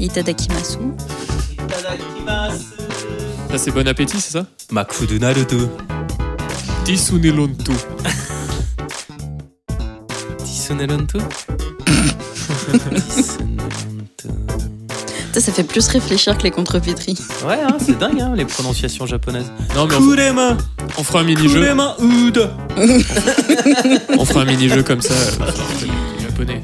Itadakimasu. Ça, c'est bon appétit, c'est ça? Makudu Naruto. Tisunelonto. Tisunelonto. Ça fait plus réfléchir que les contrepétries. Ouais, hein, c'est dingue, hein, les prononciations japonaises. Non, mais Kurema. on fera un mini-jeu. Kurema Ud. On fera un mini-jeu comme ça, japonais.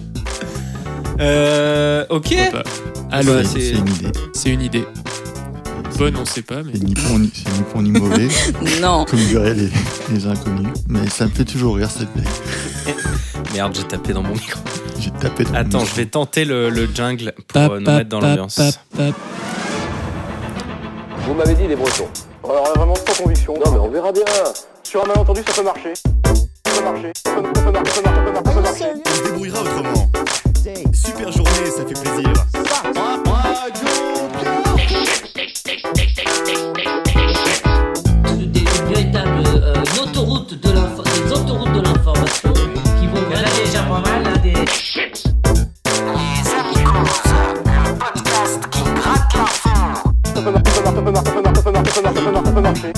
Ok. Alors, c'est une idée. c'est une idée. Bonne, on sait pas, mais. C'est ni bon ni mauvais, Non. comme diraient les inconnus. Mais ça me fait toujours rire cette blague. Merde, j'ai tapé dans mon micro. J'ai tapé dans Attends, je vais tenter le jungle pour nous mettre dans l'ambiance. Vous m'avez dit les Bretons. Alors vraiment sans conviction. Non mais on verra bien. Sur un malentendu ça peut marcher. Ça peut marcher. Ça peut marcher. On se débrouillera autrement. Super journée, ça fait plaisir. Des véritables autoroutes de des autoroutes de l'information qui vont là déjà pas mal là, des Ça peut marcher.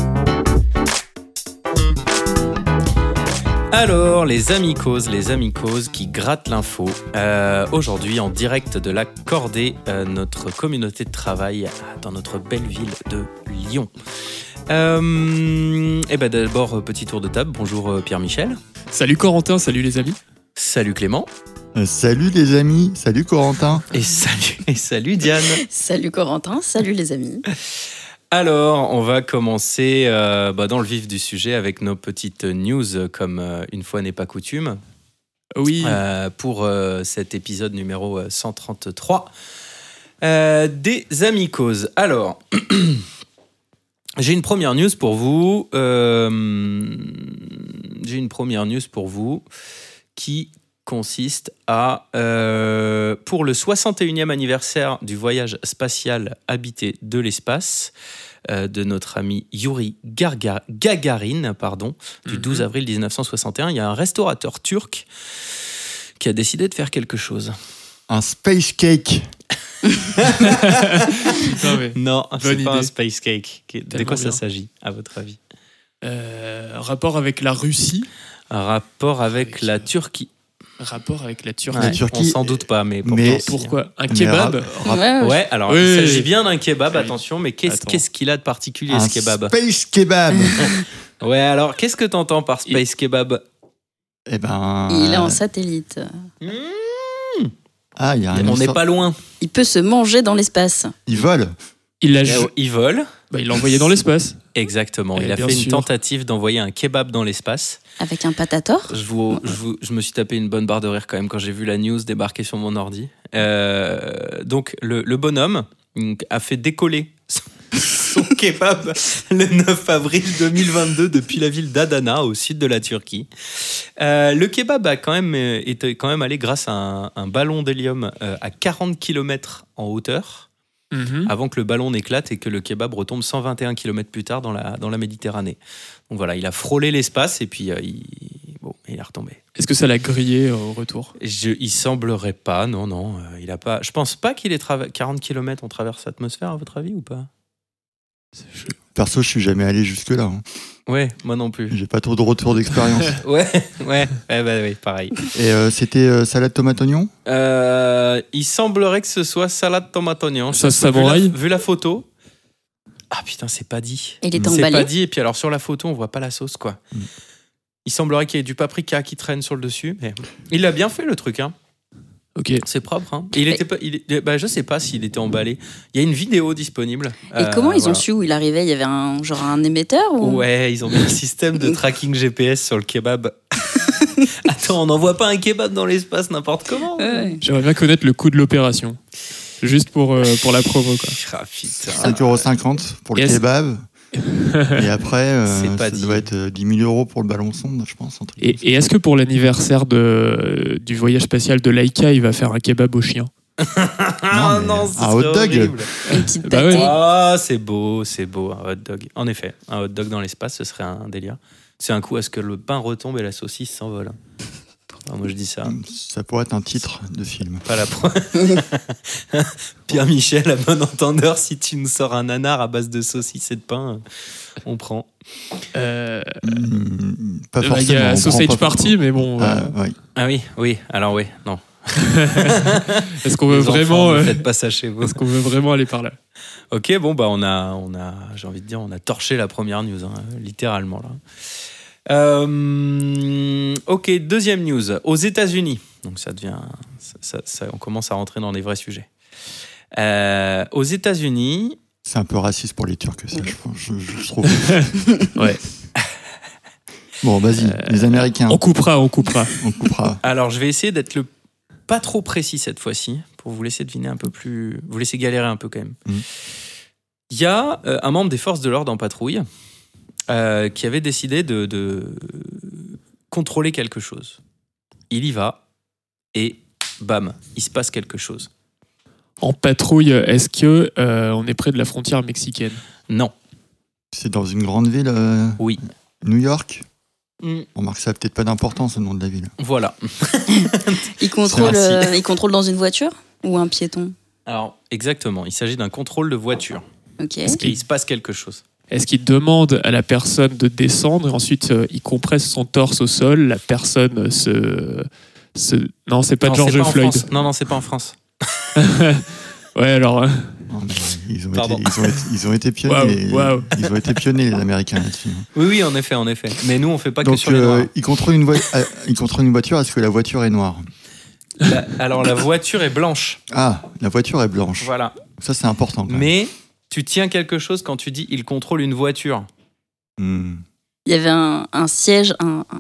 Alors, les amicoses qui grattent l'info. Aujourd'hui, en direct de la Cordée, notre communauté de travail dans notre belle ville de Lyon. Et ben d'abord, petit tour de table. Bonjour Pierre-Michel. Salut Corentin, salut les amis. Salut Clément. Salut les amis, salut Corentin. Et salut Diane. Salut Corentin, salut les amis. Alors, on va commencer dans le vif du sujet avec nos petites news, comme une fois n'est pas coutume. Oui. Pour cet épisode numéro 133 des Amicoses. Alors, j'ai une première news pour vous. Qui consiste à, pour le 61e anniversaire du voyage spatial habité de l'espace de notre ami Yuri Gagarin, du 12 avril 1961, il y a un restaurateur turc qui a décidé de faire quelque chose. Un space cake. Non, c'est Bonne pas idée. un space cake. De quoi ça s'agit, à votre avis? Rapport avec la Russie. Un rapport avec la Turquie. Rapport avec la Turquie. La Turquie, on s'en doute pas, mais pourtant, mais- Pourquoi? Un Mais kebab? Ouais, alors Oui, il oui, s'agit oui. bien d'un kebab, attention, mais Attends. qu'est-ce qu'il a de particulier Un ce kebab? space kebab. Ouais, alors qu'est-ce que t'entends par space kebab? Eh ben. Il est en satellite. Ah, il y a un. On n'est pas loin. Il peut se manger dans l'espace. Il vole. Il l'a Il vole. il l'a envoyé dans l'espace. Exactement. Il a bien fait une sûr. tentative d'envoyer un kebab dans l'espace. Avec un patator. Je me suis tapé une bonne barre de rire quand même quand j'ai vu la news débarquer sur mon ordi. Donc le bonhomme a fait décoller son kebab le 9 avril 2022 depuis la ville d'Adana au sud de la Turquie. Le kebab a quand même allé grâce à un ballon d'hélium à 40 km en hauteur avant que le ballon n'éclate et que le kebab retombe 121 km plus tard dans la Méditerranée. Donc voilà, il a frôlé l'espace et puis il est retombé. Est-ce que ça l'a grillé au retour? Il semblerait pas, non. Il a pas. Je pense pas qu'il ait 40 km on traverse l'atmosphère, à votre avis, ou pas? Perso, je suis jamais allé jusque-là. Hein. Ouais, moi non plus. J'ai pas trop de retour d'expérience. Ouais, pareil. Et c'était salade tomate oignon. Il semblerait que ce soit salade tomate oignon. Sauce samouraï. Vu la photo. Ah putain, c'est pas dit. Il est C'est emballé. pas dit. Et puis alors sur la photo, on voit pas la sauce, quoi. Il semblerait qu'il y ait du paprika qui traîne sur le dessus. Mais il a bien fait le truc, hein. Ok. C'est propre, hein. Il était pas. Je sais pas s'il était emballé. Il y a une vidéo disponible. Et comment ils ont voilà. su où il arrivait? Il y avait un émetteur ou... Ouais, ils ont mis un système de tracking GPS sur le kebab. Attends, on n'envoie pas un kebab dans l'espace n'importe comment. Ouais. J'aimerais bien connaître le coût de l'opération. Juste pour la promo, quoi. Ah, putain. 5,50€ pour le Yes. kebab. Et après, C'est pas ça dit. doit être 10 000 € pour le ballon sonde, je pense. un truc comme ça. Et est-ce que pour l'anniversaire du voyage spatial de Laika, il va faire un kebab au chien? Ah mais non, c'est un hot dog. horrible. Une petite Bah ouais. pâtée. Ah, c'est beau, un hot dog. En effet, un hot dog dans l'espace, ce serait un délire. C'est un coup à ce que le pain retombe et la saucisse s'envole. Enfin, moi, je dis ça. Ça pourrait être un titre de film. Pas la Pierre Michel, à bon entendeur, si tu nous sors un nanar à base de saucisses et de pain, on prend. Pas Il forcément. y a on Sausage prend pas- Party, mais bon. Oui. Ah oui, alors oui, non. Est-ce qu'on veut Les enfants, vraiment, ne faites pas ça chez vous. est-ce qu'on veut vraiment aller par là? Ok, bon, bah on a, j'ai envie de dire, on a torché la première news, hein, littéralement là. Ok, deuxième news. Aux États-Unis, donc ça devient, on commence à rentrer dans les vrais sujets. Aux États-Unis, C'est un peu raciste pour les Turcs, ça, je trouve. Ouais. Bon, vas-y, les Américains, On coupera. on coupera. alors je vais essayer d'être pas trop précis cette fois-ci pour vous laisser deviner un peu plus, vous laisser galérer un peu quand même. Il y a un membre des forces de l'ordre en patrouille qui avait décidé de contrôler quelque chose. Il y va et bam, il se passe quelque chose. En patrouille, est-ce que on est près de la frontière mexicaine? Non. C'est dans une grande ville, Oui. New York. Mm. On remarque que ça n'a peut-être pas d'importance, le nom de la ville. Voilà. Il contrôle, Merci. il contrôle dans une voiture ou un piéton? Alors, exactement. Il s'agit d'un contrôle de voiture. Ok. Et il se passe quelque chose. Est-ce qu'il demande à la personne de descendre et ensuite il compresse son torse au sol, la personne se... Non, c'est pas Non, George c'est pas en Floyd. France. Non, c'est pas en France. Ouais, alors... Non, mais ils Pardon. ont été pionniers. Waouh. Ils ont été pionniers, les Américains, là-dessus. Oui, en effet. Mais nous, on fait pas que Donc, sur les noirs. ils contrôlent une voiture. Est-ce que la voiture est noire? Alors, la voiture est blanche. Ah, la voiture est blanche. Voilà. Ça, c'est important. Quand même. Mais tu tiens quelque chose quand tu dis il contrôle une voiture. Hmm. Il y avait un siège,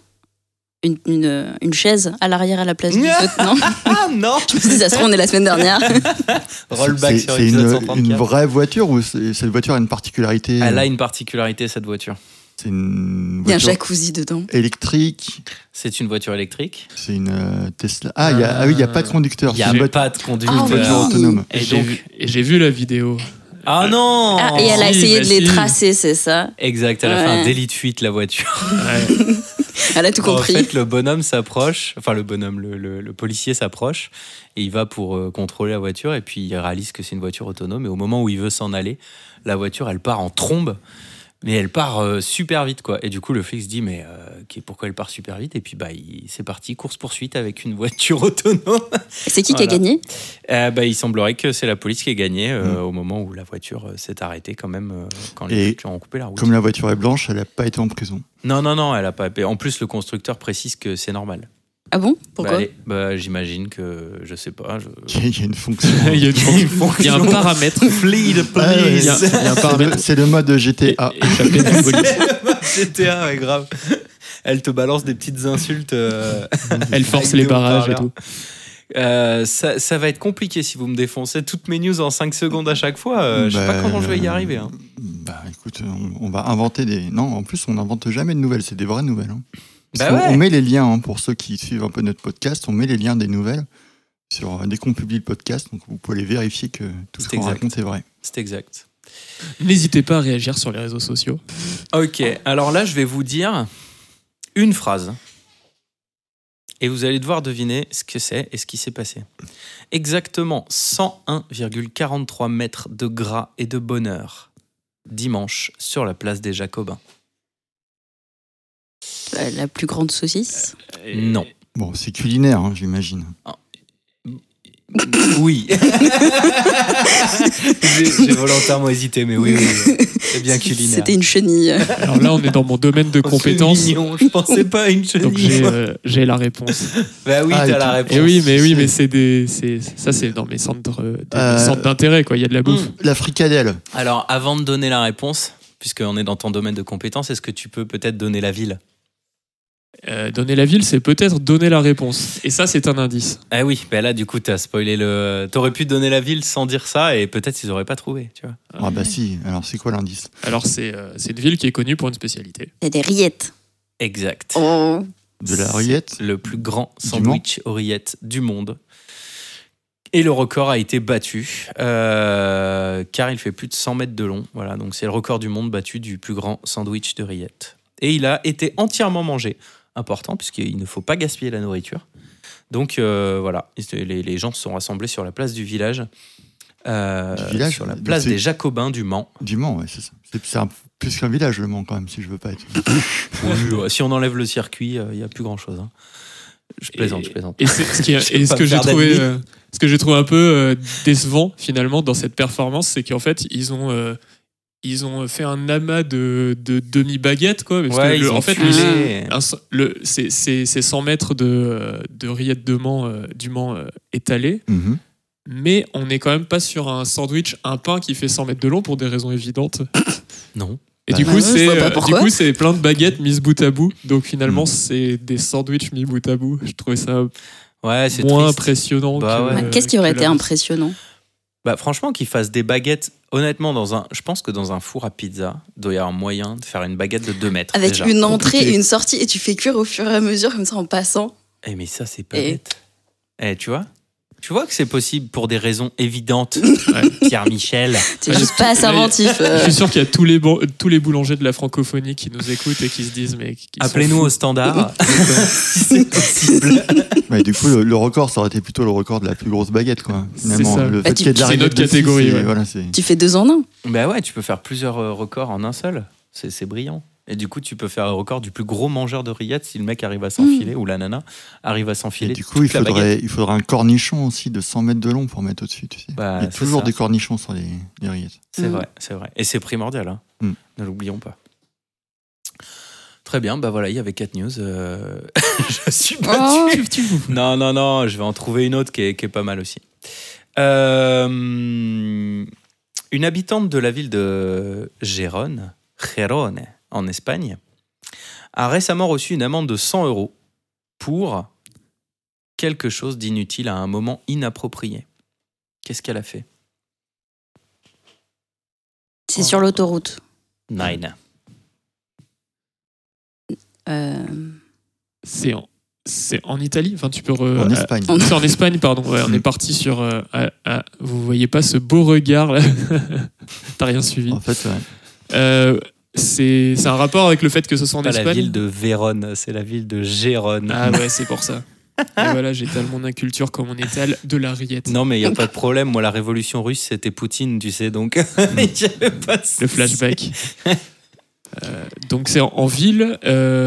une chaise à l'arrière à la place du fauteuil. Non, Ah non. je me suis dit, ça se trouve, on est la semaine dernière. Rollback sur C'est épisode une 134. vraie voiture ou cette voiture a une particularité? Elle a une particularité, cette voiture. C'est une Il y a un voiture jacuzzi dedans. électrique. C'est une voiture électrique. C'est une Tesla. Ah, il n'y a pas de conducteur. Il n'y C'est a une pas de conducteur. Ah oui. voiture autonome. Et J'ai vu la vidéo. Ah non. Ah, et elle a si, essayé bah de les si. tracer, c'est ça. Exact, elle a fait Ouais. un délit de fuite, la voiture. Ouais. Elle a tout compris. En fait, le bonhomme s'approche, enfin le bonhomme, le policier s'approche et il va pour contrôler la voiture et puis il réalise que c'est une voiture autonome et au moment où il veut s'en aller, la voiture elle part en trombe, mais elle part super vite quoi. Et du coup le flic se dit mais pourquoi elle part super vite? Et puis c'est parti, course-poursuite avec une voiture autonome. C'est qui a Voilà. gagné? Il semblerait que c'est la police qui a gagné au moment où la voiture s'est arrêtée quand même quand les Et flics ont coupé la route. Comme la voiture est blanche, elle n'a pas été en prison. Non, elle a pas. En plus, le constructeur précise que c'est normal. Ah bon? Pourquoi? J'imagine que je sais pas. Il y a une fonction. Il y a un paramètre. Flee the Ah ouais, police. Il y a un paramètre. C'est le mode GTA. Échappé de la police. GTA, ouais, grave. Elle te balance des petites insultes. Elle force avec les des barrages et haut-parleurs. tout. Ça va être compliqué si vous me défoncez toutes mes news en 5 secondes à chaque fois. Je sais pas comment je vais y arriver. Hein. Bah écoute, on va inventer des. Non, en plus, on n'invente jamais de nouvelles, c'est des vraies nouvelles. Hein. Parce Bah qu'on- ouais. On met les liens, hein, pour ceux qui suivent un peu notre podcast, on met les liens des nouvelles dès qu'on publie le podcast, donc vous pouvez les vérifier que tout ce C'est qu'on exact. raconte est vrai. C'est exact. N'hésitez pas à réagir sur les réseaux sociaux. Ok, alors là, je vais vous dire une phrase. Et vous allez devoir deviner ce que c'est et ce qui s'est passé. Exactement 101,43 mètres de gras et de bonheur dimanche sur la place des Jacobins. La plus grande saucisse. Non. Bon, c'est culinaire, hein, j'imagine. Oui. J'ai volontairement hésité, mais oui. C'est bien culinaire. C'était une chenille. Alors là, on est dans mon domaine de Oh, compétences. c'est mignon, je pensais pas à une chenille. Donc j'ai la réponse. Bah oui, Ah, et t'as la tout. réponse. Et oui, mais ça c'est dans mes centres, des centres d'intérêt quoi. Il y a de la bouffe. La fricadelle. Alors, avant de donner la réponse, puisqu'on est dans ton domaine de compétences, est-ce que tu peux peut-être donner la ville? Donner la ville, c'est peut-être donner la réponse. Et ça, c'est un indice. Ah oui, bah là, du coup, t'as spoilé le. T'aurais pu donner la ville sans dire ça et peut-être ils auraient pas trouvé, tu vois. Ah bah si, alors c'est quoi l'indice? Alors c'est une ville qui est connue pour une spécialité. Il y a des rillettes. Exact. Oh. De la rillette? C'est le plus grand Du sandwich aux rillettes du monde. Et le record a été battu, car il fait plus de 100 mètres de long. Voilà, donc c'est le record du monde battu du plus grand sandwich de rillettes. Et il a été entièrement mangé. Important, puisqu'il ne faut pas gaspiller la nourriture. Donc voilà, les gens se sont rassemblés sur la place du village. Sur la place des Jacobins du Mans. Du Mans, ouais, c'est ça. C'est plus qu'un village, le Mans, quand même, si je veux pas être. Oui, si on enlève le circuit, il n'y a plus grand-chose. Hein. Je plaisante. Et ce que j'ai trouvé un peu décevant, finalement, dans cette performance, c'est qu'en fait, ils ont fait un amas de demi-baguettes, quoi. Parce que en fait, c'est 100 mètres de rillettes du Mans étalées. Mm-hmm. Mais on n'est quand même pas sur un sandwich, un pain qui fait 100 mètres de long pour des raisons évidentes. Non. Et du coup, c'est plein de baguettes mises bout à bout. Donc finalement, c'est des sandwichs mis bout à bout. Je trouvais ça moins triste. impressionnant. Qu'est-ce qui aurait été impressionnant ? Franchement, qu'ils fassent des baguettes, honnêtement, je pense que dans un four à pizza, il doit y avoir moyen de faire une baguette de 2 mètres. Avec déjà. une entrée et une sortie, et tu fais cuire au fur et à mesure, comme ça, en passant. Mais ça, c'est pas bête. Tu vois que c'est possible pour des raisons évidentes, Pierre Michel. T'es juste pas assez inventif. Je suis sûr qu'il y a tous les boulangers de la francophonie qui nous écoutent et qui se disent appelez-nous au standard si c'est possible. Ouais, du coup, le record, ça aurait été plutôt le record de la plus grosse baguette, quoi. Finalement, c'est ça. Le fait qu'il y ait de la c'est une autre rillette catégorie. dessus, Ouais. voilà, tu fais 2 en 1. Bah ouais, tu peux faire plusieurs records en un seul. C'est brillant. Et du coup, tu peux faire un record du plus gros mangeur de rillettes si le mec arrive à s'enfiler, ou la nana arrive à s'enfiler. Et du coup, il faudrait un cornichon aussi de 100 mètres de long pour mettre au-dessus, tu sais. Il y a toujours des cornichons sur les rillettes. C'est vrai. Et c'est primordial, hein. Ne l'oublions pas. Très bien, voilà, il y avait 4 news. Je suis battu. Non, je vais en trouver une autre qui est pas mal aussi. Une habitante de la ville de Gérone, en Espagne, a récemment reçu une amende de 100 € pour quelque chose d'inutile à un moment inapproprié. Qu'est-ce qu'elle a fait ? C'est sur l'autoroute. Nine. C'est en Italie, enfin tu peux en Espagne. C'est en Espagne, pardon. Ouais, on est parti sur. Vous voyez pas ce beau regard là. T'as rien suivi. En fait, ouais. C'est un rapport avec le fait que ce soit en Espagne. C'est pas Espagne. la ville de Vérone, c'est la ville de Gérone. Ah ouais, c'est pour ça. Et voilà, j'étale mon inculture comme on étale de la rillette. Non, mais il n'y a pas de problème. Moi, la révolution russe, c'était Poutine, tu sais, donc j'avais pas de le flashback. Donc c'est en ville.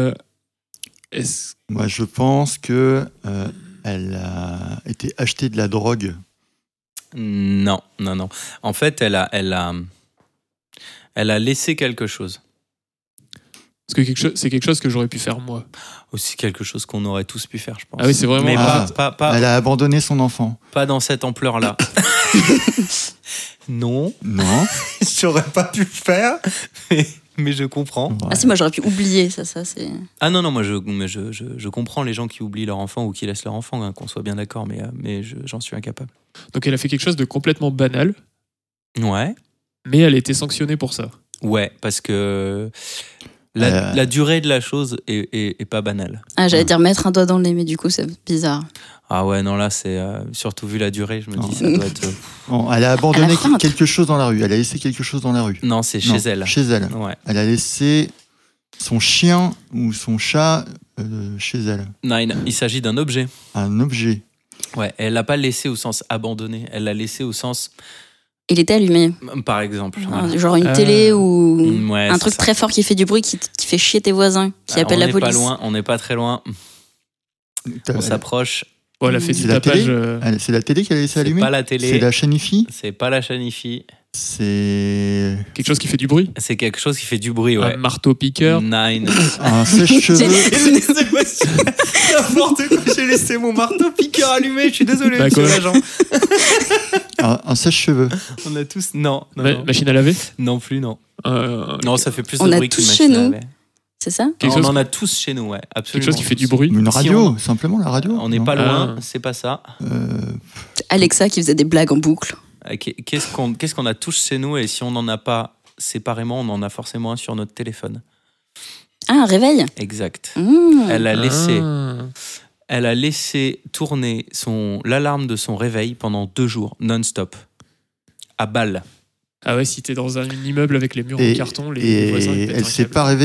Moi, je pense que elle a été achetée de la drogue. Non. En fait, elle a laissé quelque chose. Parce que c'est quelque chose que j'aurais pu faire moi. Aussi quelque chose qu'on aurait tous pu faire, je pense. Ah oui, c'est vraiment. Mais pas, elle a abandonné son enfant. Pas dans cette ampleur-là. Non. J'aurais pas pu le faire, mais je comprends. Ouais. Ah si, moi j'aurais pu oublier ça c'est... Ah non, moi je comprends les gens qui oublient leur enfant ou qui laissent leur enfant, hein, qu'on soit bien d'accord, mais j'en suis incapable. Donc elle a fait quelque chose de complètement banal. Ouais. Mais elle a été sanctionnée pour ça. Ouais, parce que la durée de la chose est pas banale. Ah, j'allais dire mettre un doigt dans le nez, mais du coup c'est bizarre. Ah ouais, non, là c'est surtout vu la durée, je me dis ça doit être... Bon, elle a abandonné quelque chose dans la rue. Elle a laissé quelque chose dans la rue. Non, c'est chez elle. Chez elle. Ouais. Elle a laissé son chien ou son chat chez elle. Nine, il s'agit d'un objet. Un objet. Ouais, elle l'a pas laissé au sens abandonné, elle l'a laissé au sens... Il était allumé. Par exemple. Voilà. Genre une télé ou ouais, un truc très fort qui fait du bruit, qui fait chier tes voisins, qui appelle la police. On n'est pas très loin. On s'approche. Bon, elle a fait du la tapage. C'est la télé qu'elle a laissé allumer. C'est pas la télé. C'est la chaîne IFI. C'est pas la chaîne IFI. C'est quelque chose qui fait du bruit. C'est quelque chose qui fait du bruit, ouais. Un marteau-piqueur. Nine. Un sèche-cheveux. N'importe quoi, j'ai laissé mon marteau-piqueur allumé, je suis désolé, monsieur l'agent. Un sèche-cheveux. On a tous... Non. Machine à laver. Non plus, non. Non, ça fait plus de on bruit a qu'une tous machine chez à nous. laver. C'est ça? On en a tous chez nous, ouais. Absolument. Quelque chose qui fait du bruit. Une radio, Si simplement la radio. On n'est pas loin, c'est pas ça. Alexa qui faisait des blagues en boucle. Qu'est-ce qu'on a tous chez nous, et si on n'en a pas séparément, on en a forcément un sur notre téléphone. Ah, un réveil? Exact. Mmh. Elle a laissé tourner l'alarme de son réveil pendant 2 jours, non-stop, à balle. Ah ouais, si t'es dans un immeuble avec les murs en carton, les voisins... Et elle s'est pas réveillée?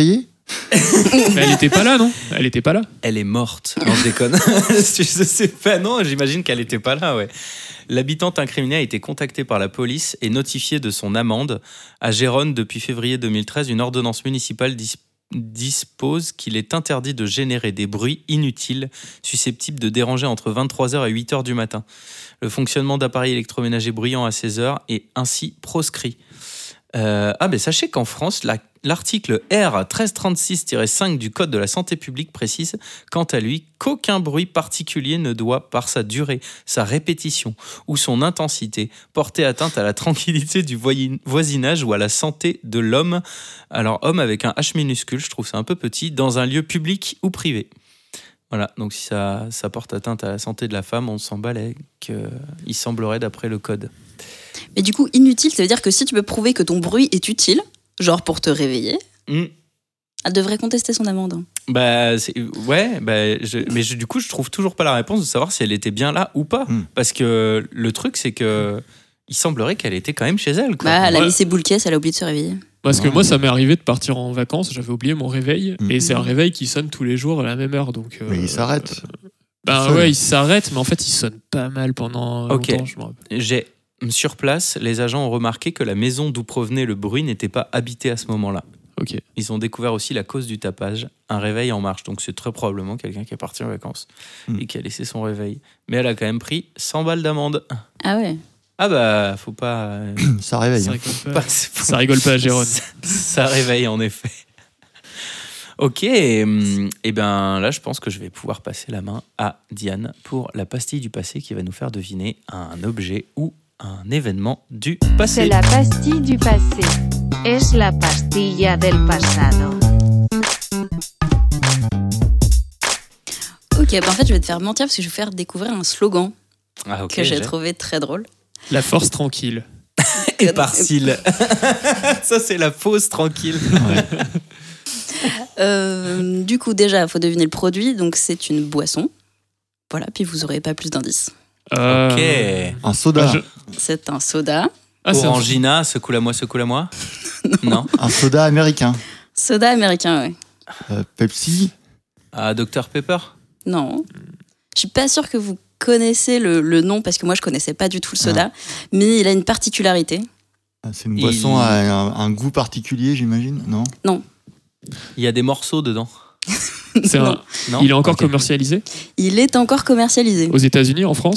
Mais elle était pas là, non ? Elle était pas là. Elle est morte. Non, je déconne. Je sais pas, non, j'imagine qu'elle était pas là, ouais. L'habitante incriminée a été contactée par la police et notifiée de son amende. À Gérone, depuis février 2013, une ordonnance municipale dispose qu'il est interdit de générer des bruits inutiles susceptibles de déranger entre 23h et 8h du matin. Le fonctionnement d'appareils électroménagers bruyants à 16h est ainsi proscrit. Mais sachez qu'en France, l'article R 1336-5 du Code de la santé publique précise, quant à lui, qu'aucun bruit particulier ne doit, par sa durée, sa répétition ou son intensité, porter atteinte à la tranquillité du voisinage ou à la santé de l'homme. Alors, homme avec un H minuscule, je trouve ça un peu petit, dans un lieu public ou privé. Voilà, donc si ça porte atteinte à la santé de la femme, on s'en balait, qu'il semblerait d'après le code. Mais du coup, inutile, ça veut dire que si tu peux prouver que ton bruit est utile, genre pour te réveiller, elle devrait contester son amende. Du coup, je trouve toujours pas la réponse de savoir si elle était bien là ou pas. Parce que le truc, c'est que il semblerait qu'elle était quand même chez elle, quoi. Elle a mis ses boules caisses, elle a oublié de se réveiller. Parce que moi, ça m'est arrivé de partir en vacances, j'avais oublié mon réveil, et c'est un réveil qui sonne tous les jours à la même heure. Donc, mais il s'arrête. Il s'arrête, mais en fait, il sonne pas mal pendant longtemps. Je me rappelle. Sur place, les agents ont remarqué que la maison d'où provenait le bruit n'était pas habitée à ce moment-là. Okay. Ils ont découvert aussi la cause du tapage, un réveil en marche. Donc c'est très probablement quelqu'un qui est parti en vacances et qui a laissé son réveil. Mais elle a quand même pris 100 balles d'amende. Ah ouais. Faut pas... Ça réveille. Ça rigole pas à Gérone. Ça réveille en effet. Ok, et ben là je pense que je vais pouvoir passer la main à Diane pour la pastille du passé qui va nous faire deviner un objet ou un événement du passé. C'est la pastille du passé. Es la pastilla del pasado. Ok, en fait je vais te faire mentir parce que je vais faire découvrir un slogan que j'ai trouvé très drôle. La force tranquille. Et Parcille. Ça c'est la fausse tranquille. Ouais. Du coup déjà il faut deviner le produit, donc c'est une boisson. Voilà, puis vous n'aurez pas plus d'indices. Ok. Un soda. C'est un soda. Orangina, secoue-la moi. Non. Un soda américain. Soda américain, ouais. Pepsi. Dr Pepper. Non. Je suis pas sûre que vous connaissez le nom parce que moi je connaissais pas du tout le soda, mais il a une particularité. C'est une boisson à un goût particulier, j'imagine, non ? Non. Il y a des morceaux dedans. Non. Il est encore commercialisé ? Il est encore commercialisé. Aux États-Unis, en France ?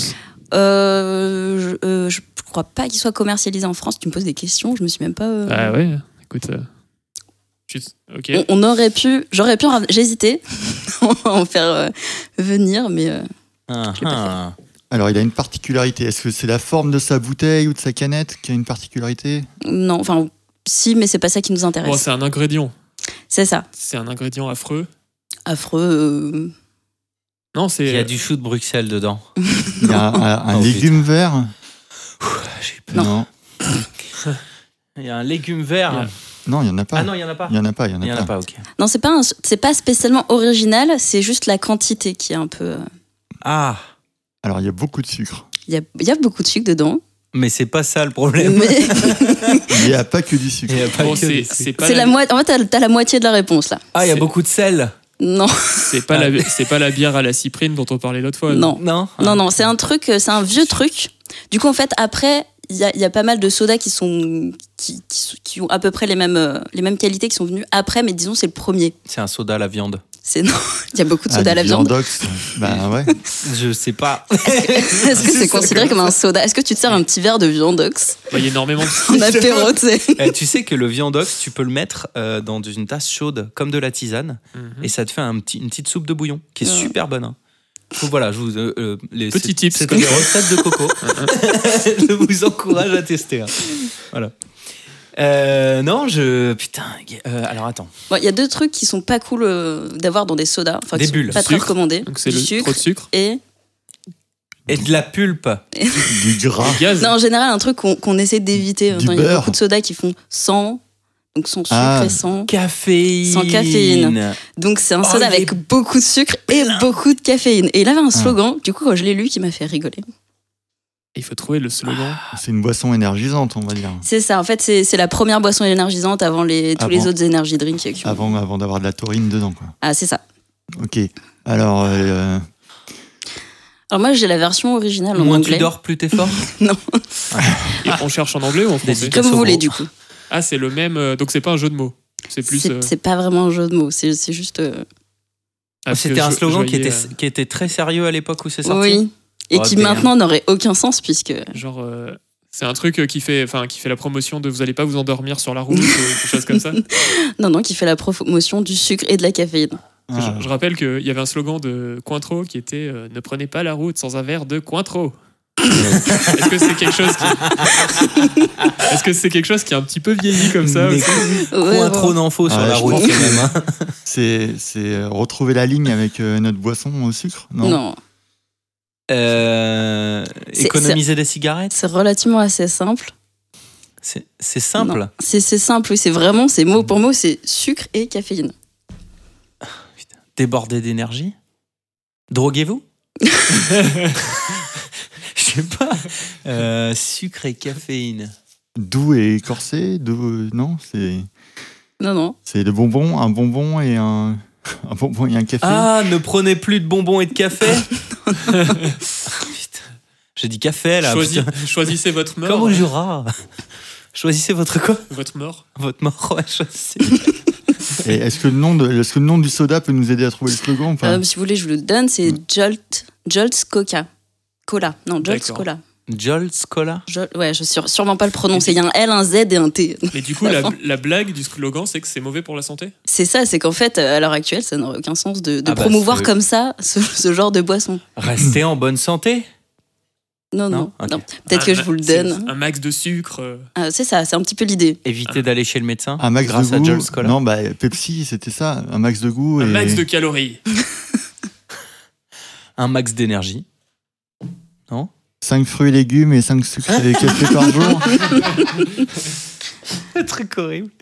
Je crois pas qu'il soit commercialisé en France. Tu me poses des questions, je me suis même pas. Ah ouais, écoute. Ok. On aurait pu. J'ai hésité à en faire venir, mais. Je l'ai pas fait. Alors, il a une particularité. Est-ce que c'est la forme de sa bouteille ou de sa canette qui a une particularité ? Non, enfin, si, mais c'est pas ça qui nous intéresse. Bon, c'est un ingrédient. C'est ça. C'est un ingrédient affreux. Affreux. Non, c'est. Il y a du chou de Bruxelles dedans. Il y a un légume vert. J'ai eu peur. Non. Il y a un légume vert. Non, il n'y en a pas. Ah non, il n'y en a pas. Il n'y en a pas. Ok. Non, c'est pas spécialement original, c'est juste la quantité qui est un peu. Alors, il y a beaucoup de sucre. Il y a beaucoup de sucre dedans. Mais c'est pas ça le problème. Mais... Il n'y a pas que du sucre. C'est la moitié. En fait, t'as la moitié de la réponse là. Il y a beaucoup de sel. Non. C'est pas la bière à la cyprine dont on parlait l'autre fois. Non, c'est un truc, c'est un vieux truc. Du coup, en fait, après, il y a pas mal de sodas qui ont à peu près les mêmes qualités qui sont venus après, mais disons c'est le premier. C'est un soda à la viande. Non, il y a beaucoup de soda à la viande. Viandox. Ouais. Je sais pas. Est-ce que c'est considéré comme un soda ? Est-ce que tu te sers un petit verre de Viandox ? Il y a énormément de En apéro, tu sais. Tu sais que le Viandox, tu peux le mettre dans une tasse chaude comme de la tisane et ça te fait une petite soupe de bouillon qui est super bonne. Hein. Donc voilà, je vous petit tips. C'est des recettes de coco. Je vous encourage à tester. Hein. Voilà. Alors attends. Il y a deux trucs qui sont pas cool d'avoir dans des sodas. Enfin, des qui bulles. Sont pas très recommandés. Donc c'est du sucre, trop de sucre. Et de la pulpe. Du gras. Gaz. Non, en général, un truc qu'on essaie d'éviter. Du il y a beurre. beaucoup de sodas qui font sans. Donc sans sucre et sans caféine. Sans caféine. Donc c'est un soda avec beaucoup de sucre et beaucoup de caféine. Et il avait un slogan, du coup, quand je l'ai lu, qui m'a fait rigoler. il faut trouver le slogan. C'est une boisson énergisante, on va dire. C'est ça, en fait, c'est la première boisson énergisante avant tous les autres energy drinks. Avant d'avoir de la taurine dedans, quoi. Ah, c'est ça. Ok. Alors moi, j'ai la version originale en Moins anglais. tu dors, plus t'es fort. Non. Et on cherche en anglais ou en français? Comme vous voulez, du coup. Ah, c'est le même. Donc, c'est pas un jeu de mots. C'est plus. C'est pas vraiment un jeu de mots. C'est juste. C'était un slogan qui était très sérieux à l'époque où c'est sorti. Oui. Et qui maintenant n'aurait aucun sens puisque. Genre. C'est un truc qui fait la promotion de vous allez pas vous endormir sur la route ou quelque chose comme ça. Non, qui fait la promotion du sucre et de la caféine. Je rappelle qu'il y avait un slogan de Cointreau qui était ne prenez pas la route sans un verre de Cointreau. Est-ce que c'est quelque chose qui est un petit peu vieilli comme ça aussi? Cointreau d'infos sur la route quand même. Hein. C'est retrouver la ligne avec notre boisson au sucre? Non. Économiser des cigarettes? C'est relativement assez simple. C'est simple? C'est simple, oui. C'est mot pour mot, c'est sucre et caféine. Débordé d'énergie? Droguez-vous? Je sais pas. Sucre et caféine. Doux et corsé? Non, c'est... Non. C'est un bonbon et un café. Ah, ne prenez plus de bonbons et de café? Putain. J'ai dit café, là. Choisissez votre mort. Comme au Jura. Choisissez votre quoi? Votre mort. Votre mort, ouais, choisissez. Et est-ce que le nom du soda peut nous aider à trouver le slogan? Si vous voulez, je vous le donne. C'est Jolt's Cola. Non, Jolt's Cola. Jolt's Cola? Ouais, je sais sûrement pas le prononcer. Il y a un L, un Z et un T. Mais du coup, la blague du slogan, c'est que c'est mauvais pour la santé? C'est ça, c'est qu'en fait, à l'heure actuelle, ça n'aurait aucun sens de promouvoir comme ça ce genre de boisson. Restez en bonne santé? Non. Peut-être que je vous le donne. Un max de sucre. C'est ça, c'est un petit peu l'idée. Évitez d'aller chez le médecin. Un max grâce de goût. À Jolt's Cola. Non, Pepsi, c'était ça. Un max de goût. Un max de calories. Un max d'énergie. Non? 5 fruits et légumes et 5 sucres et café par jour. Un truc horrible.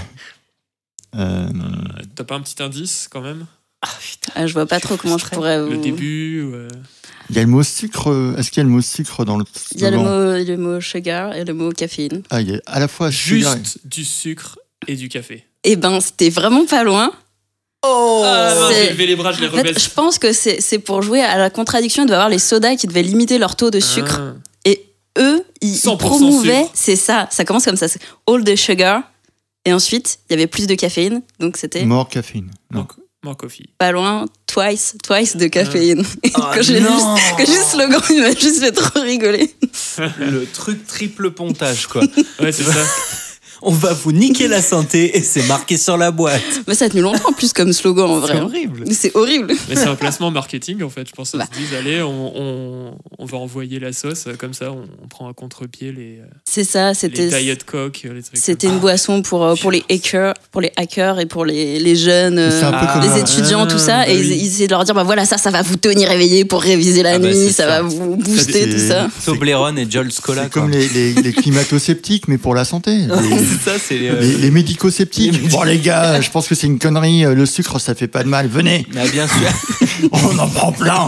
T'as pas un petit indice quand même? Je vois pas trop comment je pourrais. Le début. Il y a le mot sucre. Est-ce qu'il y a le mot sucre dans le slogan? Il y a le mot sugar et le mot caféine. Ah, il y a à la fois juste du sucre et du café. Eh ben, c'était vraiment pas loin. Oh, j'ai levé les bras, je les rebaisse. En fait, je pense que c'est pour jouer à la contradiction. Il doit y avoir les sodas qui devaient limiter leur taux de sucre. Et eux, ils promouvaient. Sucre. C'est ça. Ça commence comme ça. C'est all the sugar. Et ensuite, il y avait plus de caféine. Donc c'était. More caféine. Non. More coffee. Pas loin, twice de caféine. Quand j'ai lu ce slogan, il m'a juste fait trop rigoler. Le truc triple pontage, quoi. Ouais, c'est ça. On va vous niquer la santé et c'est marqué sur la boîte. Mais ça a tenu longtemps en plus comme slogan en vrai. C'est horrible. C'est horrible. Mais c'est un placement marketing en fait. Je pense qu'ils se disent allez, on va envoyer la sauce comme ça, on prend à contre-pied les. C'est ça, c'était. Les Diet Coke, les trucs. C'était une boisson pour les hackers et pour les jeunes, les étudiants, tout ça. Et ils essayaient de leur dire voilà, ça va vous tenir éveillé pour réviser la nuit, ça va vous booster, tout ça. Toblerone et Jolt's Cola. C'est comme les climato-sceptiques, mais pour la santé. Ça, c'est les médico-sceptiques. Bon, les gars, je pense que c'est une connerie. Le sucre, ça fait pas de mal. Venez. Ah, bien sûr. On en prend plein.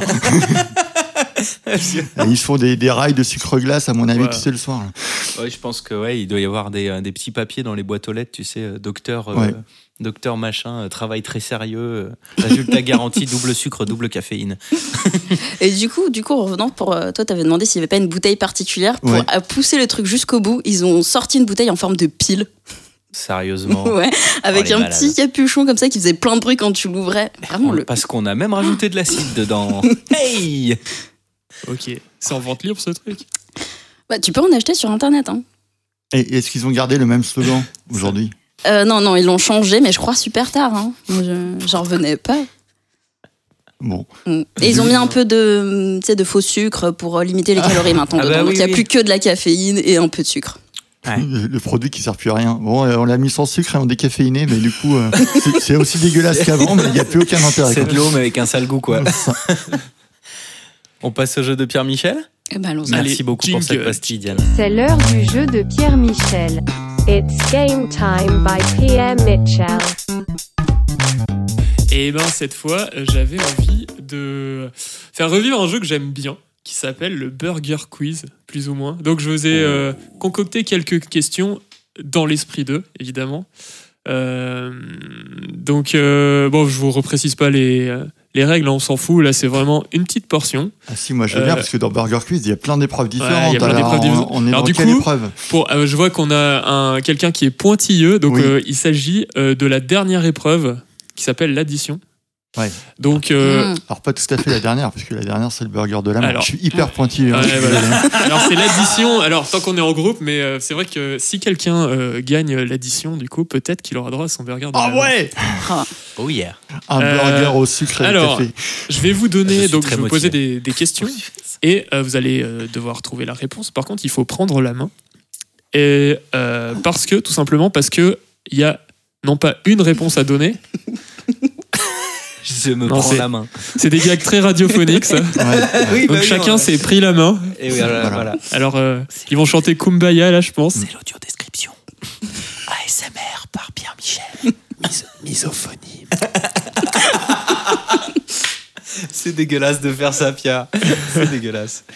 Ils se font des rails de sucre glace, à mon avis, tu sais, le soir. Là. Ouais, je pense que il doit y avoir des petits papiers dans les boîtes aux lettres, tu sais, docteur machin, travail très sérieux, résultat garanti, double sucre, double caféine. Et du coup, en revenant, toi, t'avais demandé s'il n'y avait pas une bouteille particulière pour pousser le truc jusqu'au bout. Ils ont sorti une bouteille en forme de pile. Sérieusement. Ouais, avec un petit capuchon comme ça qui faisait plein de bruit quand tu l'ouvrais. Vraiment Parce qu'on a même rajouté de l'acide dedans. Hey. Ok, c'est en vente libre ce truc? Tu peux en acheter sur internet. Hein. Et est-ce qu'ils ont gardé le même slogan aujourd'hui? Non, ils l'ont changé, mais je crois super tard. Hein. J'en revenais pas. Bon. Et ils ont mis un peu de faux sucre pour limiter les calories maintenant dedans. Donc il n'y a plus que de la caféine et un peu de sucre. Ouais. Le produit qui sert plus à rien. Bon, on l'a mis sans sucre et en décaféiné, mais du coup, c'est aussi dégueulasse qu'avant, mais il n'y a plus aucun intérêt. C'est de l'eau, mais avec un sale goût, quoi. On passe au jeu de Pierre Michel? Merci beaucoup pour cette pastille, Diane. C'est l'heure du jeu de Pierre Michel. It's game time by Pierre Michel. Et cette fois, j'avais envie de faire revivre un jeu que j'aime bien, qui s'appelle le Burger Quiz, plus ou moins. Donc je vous ai concocté quelques questions dans l'esprit d'eux, évidemment. Donc je vous reprécise pas les règles, on s'en fout. Là, c'est vraiment une petite portion. Ah si, moi je veux bien, parce que dans Burger Quiz, il y a plein d'épreuves différentes. Il y a plein d'épreuves différentes. On est Alors, dans du quelle coup, épreuve je vois qu'on a quelqu'un qui est pointilleux. Donc, Oui. il s'agit de la dernière épreuve qui s'appelle l'addition. Ouais. Donc, Alors pas tout à fait la dernière, parce que la dernière c'est le burger de la main. Alors, je suis hyper pointilleux. ouais, voilà. Alors, c'est l'addition. Alors, tant qu'on est en groupe, mais c'est vrai que si quelqu'un gagne l'addition, du coup, peut-être qu'il aura droit à son burger de la main. ouais. Oh yeah. Un burger au sucre et au alors, café. Je vais vous donner, Je vais vous poser des questions et vous allez devoir trouver la réponse. Par contre, il faut prendre la main. Et tout simplement parce que il y a non pas une réponse à donner. Je me prends la main. C'est des gags très radiophoniques, ça. Oui, Donc chacun s'est pris la main. Et oui, voilà. Alors, ils vont chanter Kumbaya, là, je pense. C'est l'audio description. ASMR par Pierre Michel. Misophonie. C'est dégueulasse de faire ça, Pierre. C'est dégueulasse.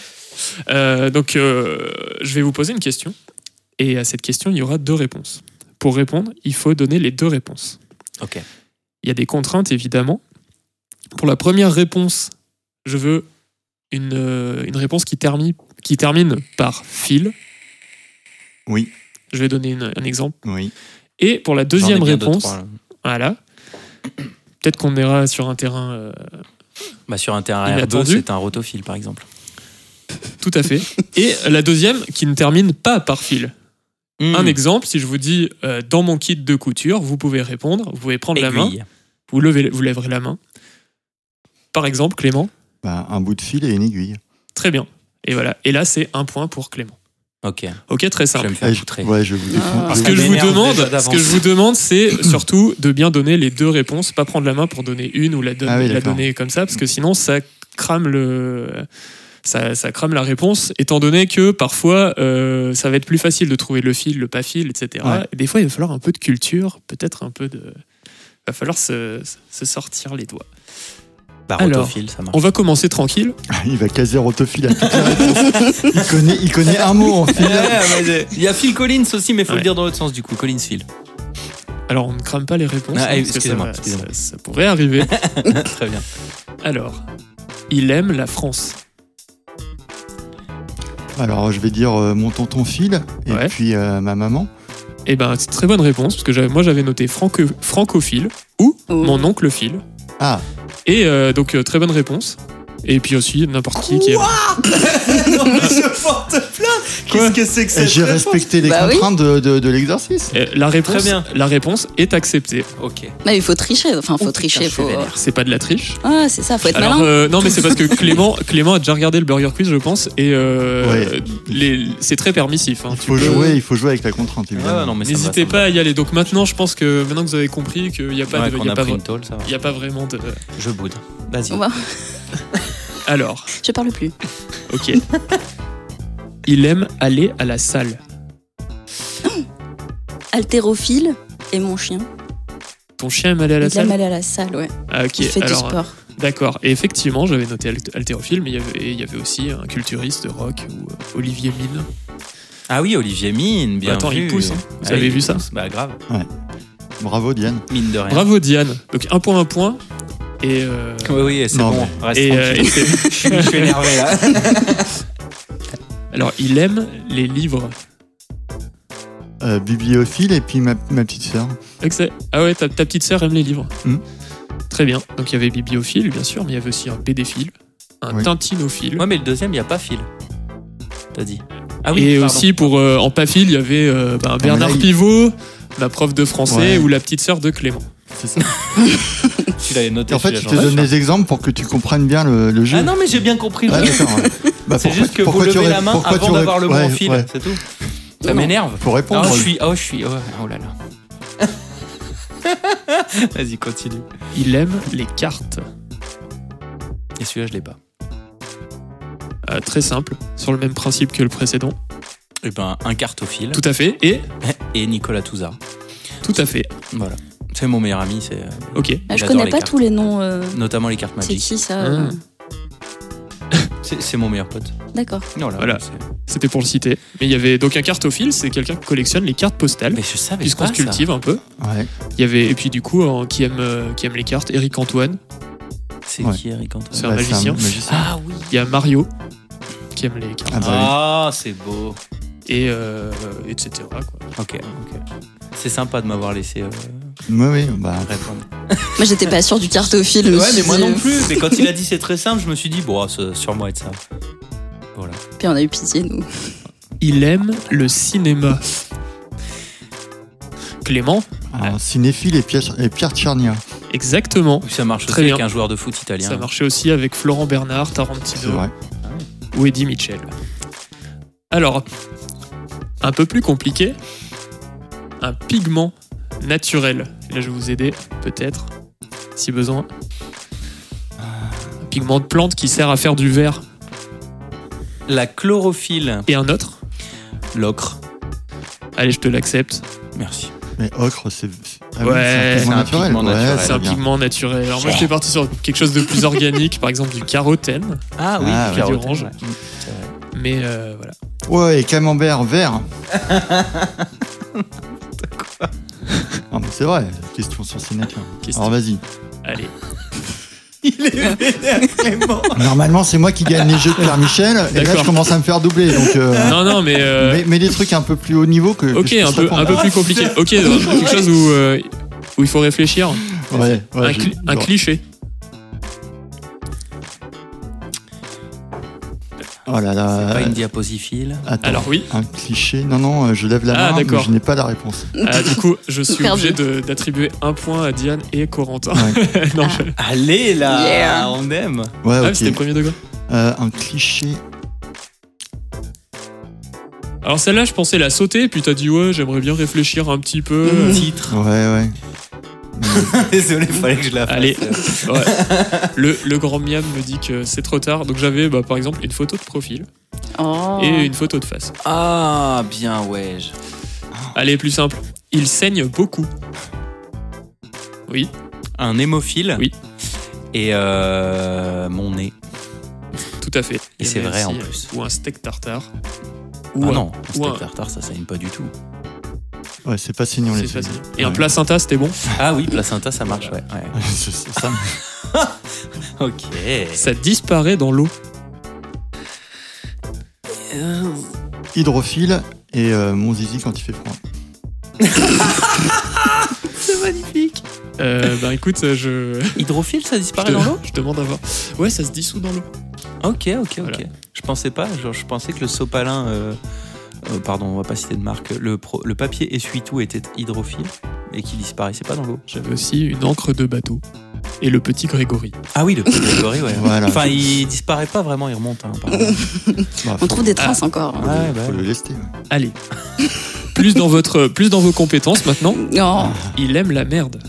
Je vais vous poser une question. Et à cette question, il y aura 2 réponses. Pour répondre, il faut donner les 2 réponses. Ok. Il y a des contraintes, évidemment. Pour la première réponse, je veux une réponse qui termine par fil. Oui. Je vais donner un exemple. Oui. Et pour la deuxième réponse, 2, 3, voilà. Peut-être qu'on ira sur un terrain. sur un terrain inattendu. R2, c'est un rotophile, par exemple. Tout à fait. Et la deuxième qui ne termine pas par fil. Un exemple, si je vous dis dans mon kit de couture, vous pouvez répondre, vous pouvez prendre Aiguille. la main, vous lèverez la main. Par exemple, Clément. Un bout de fil et une aiguille. Très bien. Et voilà. Et là, c'est 1 point pour Clément. Ok, très simple. je vais me faire poutrer. Je vous défends. Ce que je vous demande, c'est surtout de bien donner les 2 réponses, pas prendre la main pour donner une ou la donner comme ça, parce que sinon, ça crame ça crame la réponse, étant donné que parfois, ça va être plus facile de trouver le fil, le pas fil, etc. Ouais. Et des fois, il va falloir un peu de culture, peut-être un peu de... Il va falloir se sortir les doigts. Alors, rotophile, ça marche. on va commencer tranquille. Il va caser rotophile à toutes les réponses. Il connaît un mot en fil. Il y a Phil Collins aussi, mais il faut Ouais. le dire dans l'autre sens, du coup. Collins Phil. Alors, on ne crame pas les réponses. Ah, parce que excusez-moi. ça pourrait arriver. Très bien. Alors, il aime la France. Alors je vais dire mon tonton Phil et Ouais. puis ma maman. Eh ben, c'est une très bonne réponse, parce que j'avais noté francophile ou mon oncle Phil. Ah. Et donc, très bonne réponse. Et puis aussi, n'importe qui est... Non, mais je porte plainte. Qu'est-ce que c'est que cette J'ai réponse? respecté les contraintes de l'exercice. La réponse, Très bien. La réponse est acceptée. Ok. Mais il faut tricher. Enfin, faut tricher. putain, je suis Faut... vénère. C'est pas de la triche. Ah, c'est ça, faut être Alors, malin. non, mais c'est parce que Clément a déjà regardé le Burger Quiz, je pense, et Ouais. c'est très permissif. Hein. Il faut jouer avec la contrainte, évidemment. Ah, non, mais ça me va, N'hésitez ça me pas à y aller. Donc maintenant, je pense que maintenant que vous avez compris qu'il n'y a pas va. de, Ouais, il y qu'on a a pas pris vra- une tôle, ça va. il y a pas vraiment de. Je boude. Vas-y. On va- Alors, Je parle plus. ok. Il aime aller à la salle. Haltérophile et mon chien. Ton chien aime aller à la Il salle. aime aller à la salle, ouais. Ah, ok. Il fait du Alors, sport. d'accord. Et effectivement, j'avais noté haltérophile, mais il y avait aussi un culturiste de rock ou Olivier Mine. Ah oui, Olivier Mine, bien Attends, vu. il pousse, hein. Vous Ah, avez il vu ça pousse. Bah grave. Bravo Diane. Mine de rien. Bravo Diane. Donc un point. Et Oui, c'est Non, bon. Reste et, tranquille. et c'est- Je suis énervé là. alors, il aime les livres. Bibliophile et puis ma petite sœur. Ah ouais, ta petite sœur aime les livres. Mm. Très bien. Donc il y avait bibliophile, bien sûr, mais il y avait aussi un BDphile, un Oui. tintinophile. Ouais, mais le deuxième, il n'y a pas Phil. T'as dit. Ah oui, Et pardon. aussi, pour en paphile, il y avait Bernard là, Pivot, ma prof de français, Ouais. ou la petite sœur de Clément. C'est ça. Tu l'avais noté. Et en fait, celui-là, je te j'en donne suis des exemples pour que tu comprennes bien le jeu. Ah non, mais j'ai bien compris le Ouais, jeu. d'accord, ouais. Bah, C'est pourquoi- juste que vous pourquoi tu levez ré- la main pourquoi avant tu ré- d'avoir le mot ouais, en fil, ouais. c'est tout. Ça Non. m'énerve. Faut répondre. Oh là là. Vas-y, continue. Il aime les cartes. Et celui-là, je l'ai pas. Très simple, sur le même principe que le précédent. Eh ben, un cartophile. Tout à fait. Et Nicolas Touzard. Tout à fait. Voilà. C'est mon meilleur ami, c'est Ok. Ah, je j'adore connais les pas cartes. tous les noms. notamment les cartes C'est magiques. qui ça Ah. C'est mon meilleur pote. D'accord. Voilà. C'était pour le citer. Mais il y avait donc un cartophile, c'est quelqu'un qui collectionne les cartes postales. Mais je savais puisqu'on se cultive un peu. Ouais. Il y avait, et puis du coup, qui aime les cartes, Eric Antoine. C'est qui Eric Antoine? C'est un magicien. Ah oui. Il y a Mario qui aime les cartes. C'est beau. Et etc. quoi. Ok. C'est sympa de m'avoir laissé Bah. répondre. Moi, j'étais pas sûre du cartophile. Ouais, mais moi non plus. Mais quand il a dit c'est très simple, je me suis dit, bon, ça doit sûrement être ça. Voilà. Puis on a eu pitié, nous. Il aime le cinéma. Clément? Un cinéphile et Pierre Tchernia. Exactement. Ça marche Très aussi bien. avec un joueur de foot italien. Ça marchait aussi avec Florent Bernard, C'est Tarantino vrai. ou Eddie Mitchell. Alors, un peu plus compliqué, un pigment naturel. Là, je vais vous aider, peut-être, si besoin. Un pigment de plante qui sert à faire du verre. La chlorophylle. Et un autre? L'ocre. Allez, je te l'accepte. Merci. Mais ocre, c'est Ouais, un pigment naturel. C'est un pigment naturel. Alors moi, j'étais parti sur quelque chose de plus organique, par exemple du carotène. Ah oui, Ah, du ouais. orange. Ouais. Mais voilà. Ouais, et camembert vert. Non, mais c'est vrai, question sur Cinéclin. Alors vas-y. Allez. Il est vénère, Clément. Normalement, c'est moi qui gagne les jeux de Pierre Michel, et là, D'accord. je commence à me faire doubler. Donc, Non, mais mais des trucs un peu plus haut niveau que. ok, que je un puisse peu répondre. plus compliqué. Ok, quelque chose où il faut réfléchir. Ouais, Un cliché. Oh là là. Pas une diaposifile. Attends, Alors oui. un cliché. Non, je lève la main, mais d'accord. je n'ai pas la réponse. Du coup, je suis Perdu. obligé d'attribuer un point à Diane et Corentin. Ouais. Non, Allez là, Yeah. on aime. Ouais, Ah, ok. c'était premier degré. Un cliché. Alors celle-là, je pensais la sauter, puis t'as dit ouais, j'aimerais bien réfléchir un petit peu. Titre. Ouais. Désolé, fallait que je la fasse. Allez, ouais. le grand miam me dit que c'est trop tard, donc j'avais par exemple une photo de profil Oh. et une photo de face. Ah, bien, ouais. Allez, plus simple. Il saigne beaucoup. Oui, Un hémophile. Oui. Et mon nez. tout à fait. Et Il y c'est avait vrai, aussi, en plus. Ou un steak tartare. Ah non, ou un- steak tartare, ça saigne pas du tout. Ouais, c'est pas signant C'est les facile. yeux. Et un Ouais. placenta, c'était bon. Ah oui, placenta, ça marche, ouais. C'est ça. Ok. Ça disparaît dans l'eau. Hydrophile et mon zizi quand il fait froid. C'est magnifique. Écoute, je Hydrophile, ça disparaît dans l'eau? je demande à voir. Ouais, ça se dissout dans l'eau. Ok. Voilà. Je pensais pas, je pensais que le sopalin, pardon, on va pas citer de marque, le papier essuie-tout était hydrophile et qu'il disparaissait pas dans l'eau. J'avais aussi une encre de bateau. Et le petit Grégory. Ah oui, le petit Grégory, ouais. Voilà. Enfin, il disparaît pas vraiment, il remonte. Apparemment. Bah, On trouve des traces encore. Ouais, bah, faut le lester. Ouais. Allez. plus dans vos compétences maintenant. Non. Il aime la merde.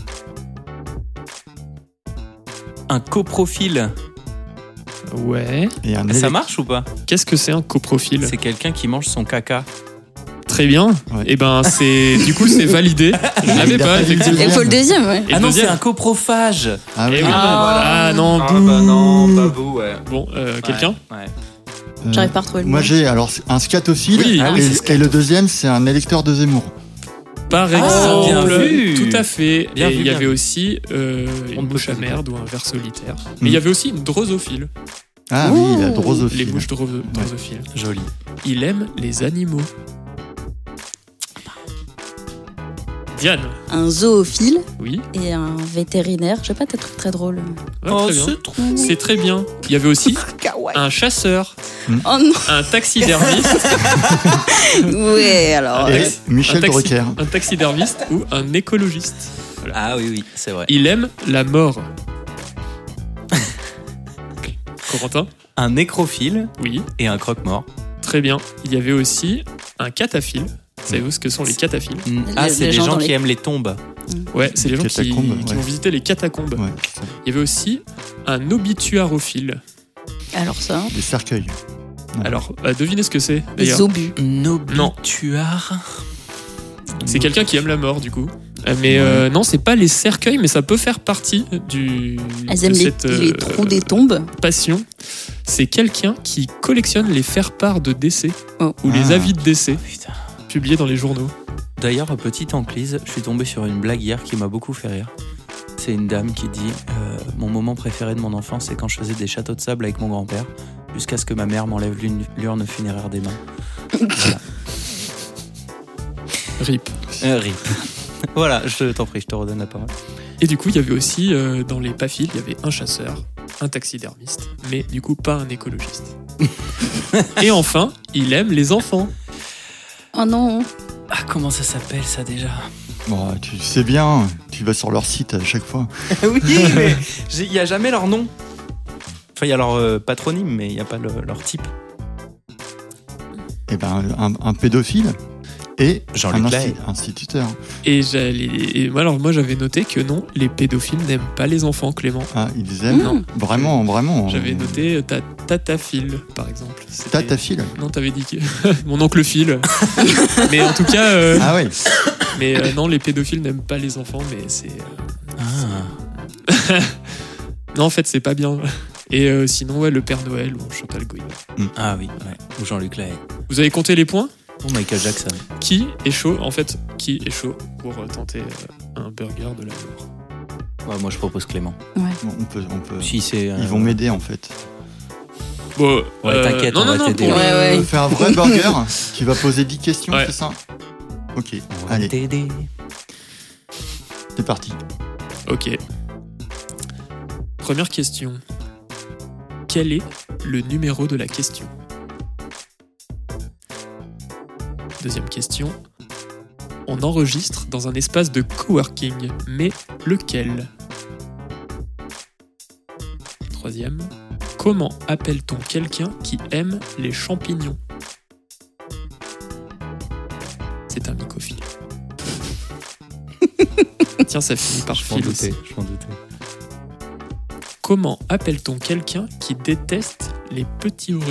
un coprofile. Ouais. Et un Ça marche ou pas? Qu'est-ce que c'est un coprofile? C'est quelqu'un qui mange son caca. Très bien. Ouais. Et ben du coup c'est validé. Je l'avais Il a pas pas dit le effectivement. Il faut le deuxième, ouais. Et Ah non, deuxième. c'est un coprophage. Ah oui. Eh oui. Ah non, Ah bouh. bah non, pas vous, ouais. Bon, quelqu'un? Ouais. J'arrive pas à retrouver le Moi nom. j'ai alors un scatophile Oui, ah oui, et, c'est et le deuxième c'est un électeur de Zemmour. Par Ah, exemple. bien vu. Tout à fait. Bien Et vu, il y bien avait vu. aussi On une ne bouche peut à pas merde ou un ver solitaire. Mais il y avait aussi une drosophile. Ah oui, la drosophile. Les bouches drosophiles. Joli. Il aime les animaux. Diane. Un zoophile Oui. et un vétérinaire. Je sais pas, t'as truc très drôle. Ouais, Oh, très bien. c'est trop. C'est très bien. Il y avait aussi un chasseur, Oh non. un taxidermiste, Ouais, alors. Et un Michel taxi- Drucker. un taxidermiste ou un écologiste. Ah oui, oui, c'est vrai. Il aime la mort. Corentin? Un nécrophile Oui, et un croque-mort. très bien. Il y avait aussi un cataphile. Savez-vous ce que sont les cataphiles? Ah, Les c'est les gens gens dans qui les- aiment les tombes. Ouais, c'est les gens qui Catacombes, ouais. vont visiter les catacombes. Ouais, c'est ça. Il y avait aussi un obituarophile. Alors ça, Des cercueils. Ouais. Alors, devinez ce que c'est les d'ailleurs. obus. Obituaire. C'est quelqu'un qui aime la mort, du coup. Mais non, c'est pas les cercueils, mais ça peut faire partie Elles de aiment cette les trous des tombes. passion. C'est quelqu'un qui collectionne les faire-part de décès ou les avis de décès publiés dans les journaux. D'ailleurs, petite enclise, je suis tombé sur une blague hier qui m'a beaucoup fait rire. C'est une dame qui dit mon moment préféré de mon enfance, c'est quand je faisais des châteaux de sable avec mon grand-père, jusqu'à ce que ma mère m'enlève l'urne funéraire des mains. Voilà. RIP. RIP. Voilà, je t'en prie, je te redonne la parole. Et du coup, il y avait aussi, dans les PAFIL, il y avait un chasseur, un taxidermiste, mais du coup, pas un écologiste. Et enfin, il aime les enfants. Oh non. Ah, comment ça s'appelle ça déjà ? Bon, tu sais bien, tu vas sur leur site à chaque fois. Oui, mais il n'y a jamais leur nom. Enfin, il y a leur patronyme, mais il n'y a pas leur type. Eh ben, un pédophile et Jean-Luc Lahaye. Instituteur. Et moi, j'avais noté que non, les pédophiles n'aiment pas les enfants, Clément. Ah, ils aiment Non. Vraiment. J'avais noté Tataphile, par exemple. Tataphile ? Non, t'avais dit que... Mon oncle Phil. Mais en tout cas... Ah oui. Mais non, les pédophiles n'aiment pas les enfants, mais c'est... Non, en fait, c'est pas bien. Et sinon, le Père Noël ou Chantal Goya. Ah oui, ouais. Ou Jean-Luc Lahaye. Vous avez compté les points ? Ou Michael Jackson. Qui est chaud pour tenter un burger de la mort ? Ouais, moi, je propose Clément. Ouais. Bon, on peut. Si c'est, Ils vont m'aider en fait. Bon, ouais, t'inquiète, on va t'aider. On fait un vrai burger qui va poser 10 questions, c'est ça ? Ok, allez. T'aider. C'est parti. Ok. Première question. Quel est le numéro de la question ? Deuxième question. On enregistre dans un espace de coworking, mais lequel ? Troisième. Comment appelle-t-on quelqu'un qui aime les champignons ? C'est un mycophile. Tiens, ça finit par fil aussi. Je m'en doutais. Comment appelle-t-on quelqu'un qui déteste les petits bruits ?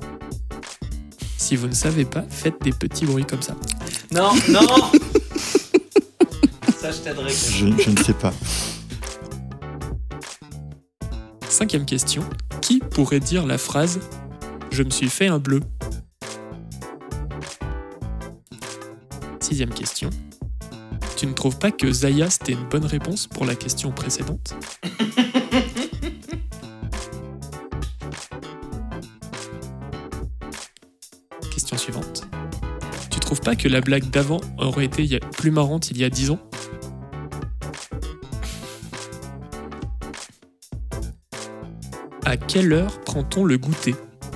Si vous ne savez pas, faites des petits bruits comme ça. Non. Ça, je t'aiderai. Je ne sais pas. Cinquième question. Qui pourrait dire la phrase « Je me suis fait un bleu » ? Sixième question. Tu ne trouves pas que Zaya, c'était une bonne réponse pour la question précédente ? Question suivante. Tu trouves pas que la blague d'avant aurait été plus marrante il y a 10 ans ? À quelle heure prend-on le goûter ?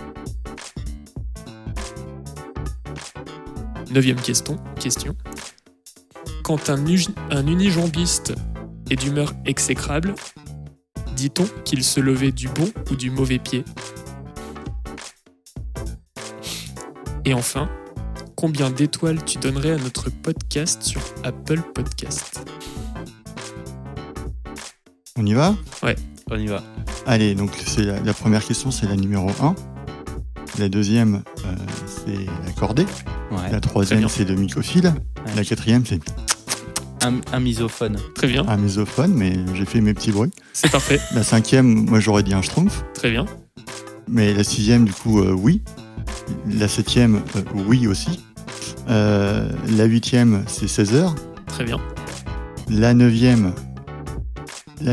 Neuvième question. Quand un unijambiste est d'humeur exécrable, dit-on qu'il se levait du bon ou du mauvais pied ? Et enfin, combien d'étoiles tu donnerais à notre podcast sur Apple Podcast ? On y va ? Ouais. On y va. Allez, donc c'est la première question, c'est la numéro 1. La deuxième, c'est la cordée. Ouais. La troisième, c'est le mycophile. Ouais. La quatrième, c'est un misophone. Très bien. un mésophone, mais j'ai fait mes petits bruits. C'est parfait. La cinquième, moi j'aurais dit un schtroumpf. Très bien. Mais la sixième, du coup, oui. La septième, oui aussi. La huitième, c'est 16 heures. Très bien. La neuvième, je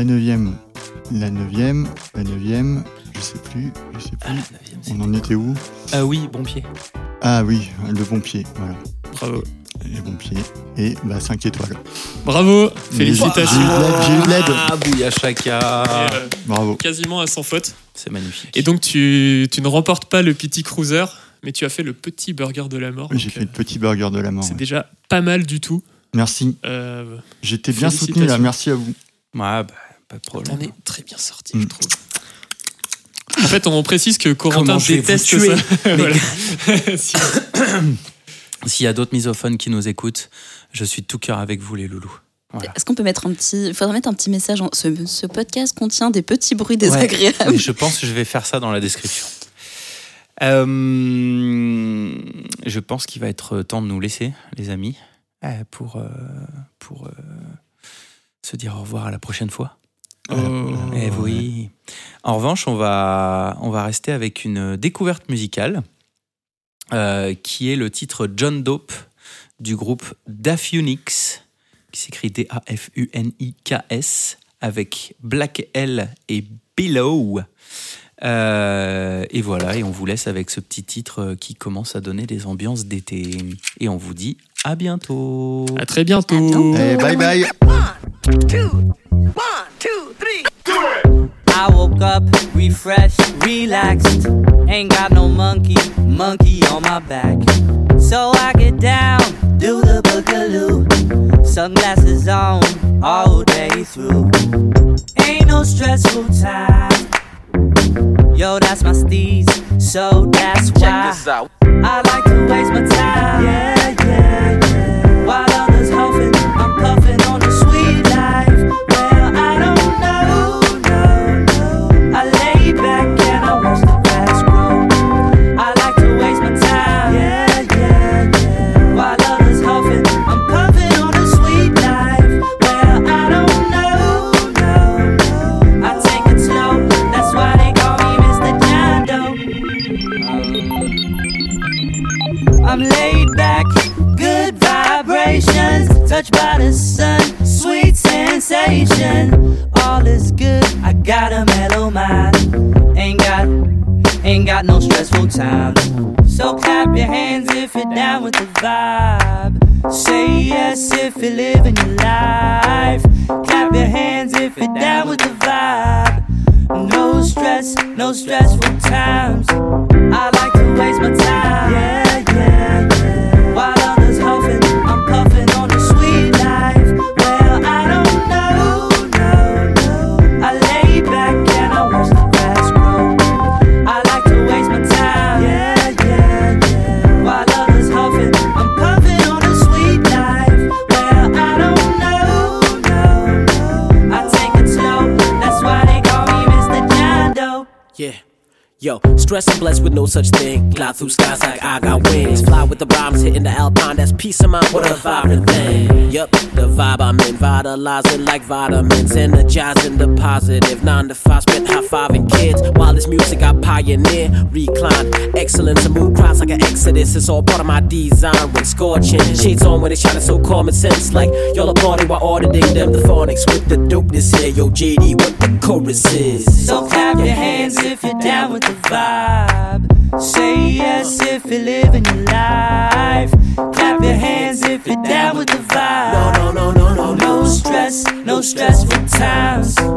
sais plus. On en était où ? Oui, bon pied. Ah oui, le bon pied, voilà. Bravo. Le bon pied. Et 5 étoiles. Bravo. Félicitations. J'ai eu de l'aide. Ah, Bouya Chaka. Bravo. Quasiment à 100 fautes. C'est magnifique. Et donc, tu ne remportes pas le petit cruiser, mais tu as fait le petit burger de la mort. J'ai fait le petit burger de la mort. C'est déjà pas mal du tout. Merci. J'étais bien soutenu là, merci à vous. Ouais, pas de problème. On est très bien sorti, je trouve. En fait, on précise que Corentin Comment je vais déteste vous tuer ça. Voilà. S'il y a d'autres misophones qui nous écoutent, je suis de tout cœur avec vous, les loulous. Voilà. Est-ce qu'on peut mettre il faudrait mettre un petit message. Ce podcast contient des petits bruits désagréables. Ouais, mais je pense que je vais faire ça dans la description. Je pense qu'il va être temps de nous laisser, les amis, pour se dire au revoir à la prochaine fois. Eh oui. En revanche, on va rester avec une découverte musicale qui est le titre John Dope du groupe Dafunix, qui s'écrit Dafuniks, avec Black L et Below. Et voilà, et on vous laisse avec ce petit titre qui commence à donner des ambiances d'été. Et on vous dit à bientôt. À très bientôt. Et bye bye. 1, 2, 3. I woke up, refreshed, relaxed. Ain't got no monkey on my back. So I get down, do the boogaloo. Sunglasses on, all day through. Ain't no stressful time. Yo, that's my steez, so that's why. Check this out. I like to waste my time. Yeah. While others huffing, I'm puffing on the sweet life. Well, I don't know. I lay back and I watch the grass grow. I like to waste my time. Yeah. While others huffing, I'm puffing on the sweet life. Well, I don't know. I take it slow. That's why they call me Mr. John Doe. I'm laid back, good vibrations, touched by the sun, sweet sensation. All is good, I got a mellow mind. Ain't got no stressful time. So clap your hands if you're down with the vibe. Say yes if you're living your life. Clap your hands if you're down with the vibe. No stress, no stressful times. I like to waste my time. Yeah. While others huffing, I'm puffing on the sweet life. Well, I don't know. I lay back and I watch the grass grow. I like to waste my time. Yeah. While others huffing, I'm puffing on the sweet life. Well, I don't know. I take it slow. That's why they call me Mr. John Doe. Yeah. Yo, stress and blessed with no such thing. Glide through skies like I got wings. Fly with the rhymes, hitting the alpine. That's peace of mind, what a vibrant thing. Yup, the vibe I'm in, vitalizing like vitamins. Energizing the positive, 9 to 5, spent high-fiving kids. While this music I pioneer, recline. Excellence and move crowds like an exodus. It's all part of my design when scorching. Shades on when it's shining so common sense. Like y'all applauding while auditing them. The phonics with the dopeness here. Yo, JD, what the chorus is. So clap your hands if you're down with the vibe. Say yes if you're living your life. Clap your hands if you're down with the vibe. No. No stress, no stressful times.